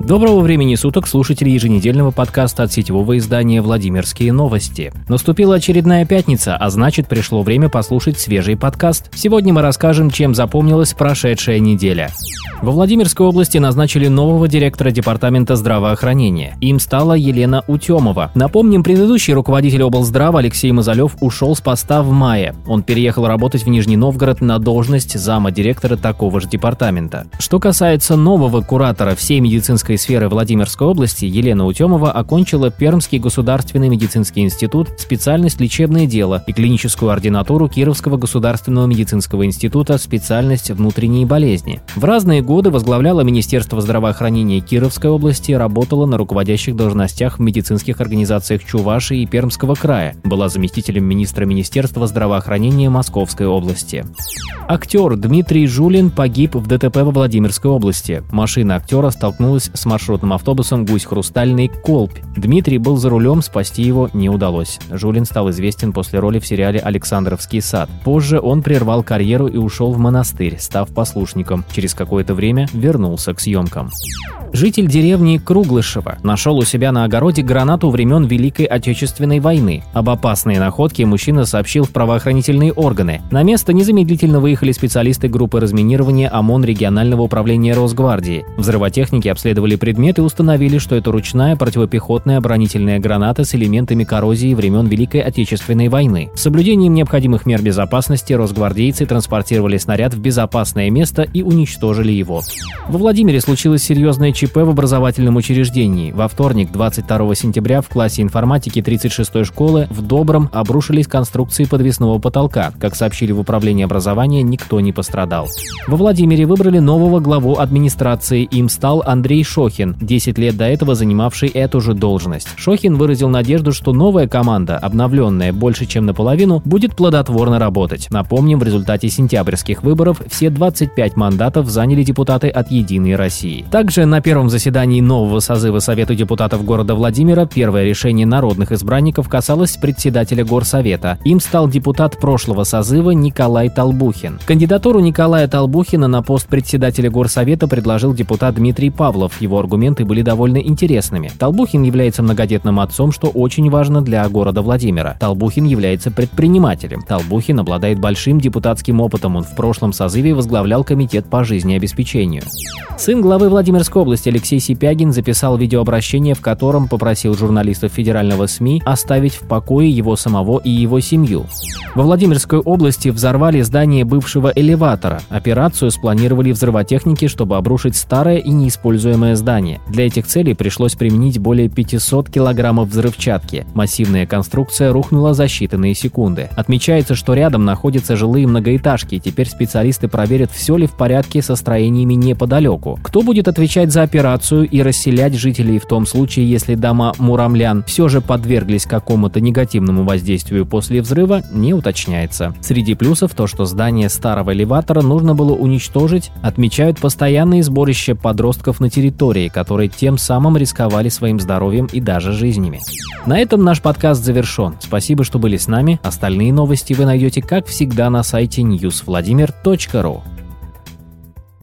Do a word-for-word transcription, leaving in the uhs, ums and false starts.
Доброго времени суток, слушатели еженедельного подкаста от сетевого издания «Владимирские новости». Наступила очередная пятница, а значит, пришло время послушать свежий подкаст. Сегодня мы расскажем, чем запомнилась прошедшая неделя. Во Владимирской области назначили нового директора департамента здравоохранения. Им стала Елена Утемова. Напомним, предыдущий руководитель облздрава Алексей Мазалев ушел с поста в мае. Он переехал работать в Нижний Новгород на должность зама директора такого же департамента. Что касается нового куратора всей медицинской сферы Владимирской области, Елена Утемова окончила Пермский государственный медицинский институт, специальность лечебное дело, и клиническую ординатуру Кировского государственного медицинского института, специальность внутренние болезни. В разные годы возглавляла Министерство здравоохранения Кировской области, работала на руководящих должностях в медицинских организациях Чувашии и Пермского края, была заместителем министра Министерства здравоохранения Московской области. Актер Дмитрий Жулин погиб в ДТП во Владимирской области. Машина актера столкнулась с маршрутным автобусом «Гусь-Хрустальный» Колпь. Дмитрий был за рулем, спасти его не удалось. Жулин стал известен после роли в сериале «Александровский сад». Позже он прервал карьеру и ушел в монастырь, став послушником. Через какое-то время вернулся к съемкам. Житель деревни Круглышево нашел у себя на огороде гранату времен Великой Отечественной войны. Об опасной находке мужчина сообщил в правоохранительные органы. На место незамедлительно выехали специалисты группы разминирования ОМОН регионального управления Росгвардии. Взрывотехники обследовали предмет и установили, что это ручная противопехотная оборонительная граната с элементами коррозии времен Великой Отечественной войны. С соблюдением необходимых мер безопасности росгвардейцы транспортировали снаряд в безопасное место и уничтожили его. Во Владимире случилось серьезное ЧП в образовательном учреждении. Во вторник, двадцать второго сентября, в классе информатики тридцать шестой школы в Добром обрушились конструкции подвесного потолка. Как сообщили в управлении образования, никто не пострадал. Во Владимире выбрали нового главу администрации. Им стал Андрей Шохин, десять лет до этого занимавший эту же должность. Шохин выразил надежду, что новая команда, обновленная больше чем наполовину, будет плодотворно работать. Напомним, в результате сентябрьских выборов все двадцать пять мандатов заняли депутаты от «Единой России». Также на первом заседании нового созыва Совета депутатов города Владимира первое решение народных избранников касалось председателя горсовета. Им стал депутат прошлого созыва Николай Толбухин. Кандидатуру Николая Толбухина на пост председателя горсовета предложил депутат Дмитрий Павлов. Его аргументы были довольно интересными. Толбухин является многодетным отцом, что очень важно для города Владимира. Толбухин является предпринимателем. Толбухин обладает большим депутатским опытом. Он в прошлом созыве возглавлял комитет по жизнеобеспечению. Сын главы Владимирской области Алексей Сипягин записал видеообращение, в котором попросил журналистов федерального СМИ оставить в покое его самого и его семью. Во Владимирской области взорвали здание бывшего элеватора. Операцию спланировали взрывотехники, чтобы обрушить старое и неиспользуемое здание. Для этих целей пришлось применить более пятьсот килограммов взрывчатки. Массивная конструкция рухнула за считанные секунды. Отмечается, что рядом находятся жилые многоэтажки. Теперь специалисты проверят, все ли в порядке со строениями неподалеку. Кто будет отвечать за операцию и расселять жителей в том случае, если дома муромлян все же подверглись какому-то негативному воздействию после взрыва, не уточняется. Среди плюсов то, что здание старого элеватора нужно было уничтожить, отмечают постоянные сборища подростков на территории, которые тем самым рисковали своим здоровьем и даже жизнями. На этом наш подкаст завершен. Спасибо, что были с нами. Остальные новости вы найдете, как всегда, на сайте ньюс владимир точка ру.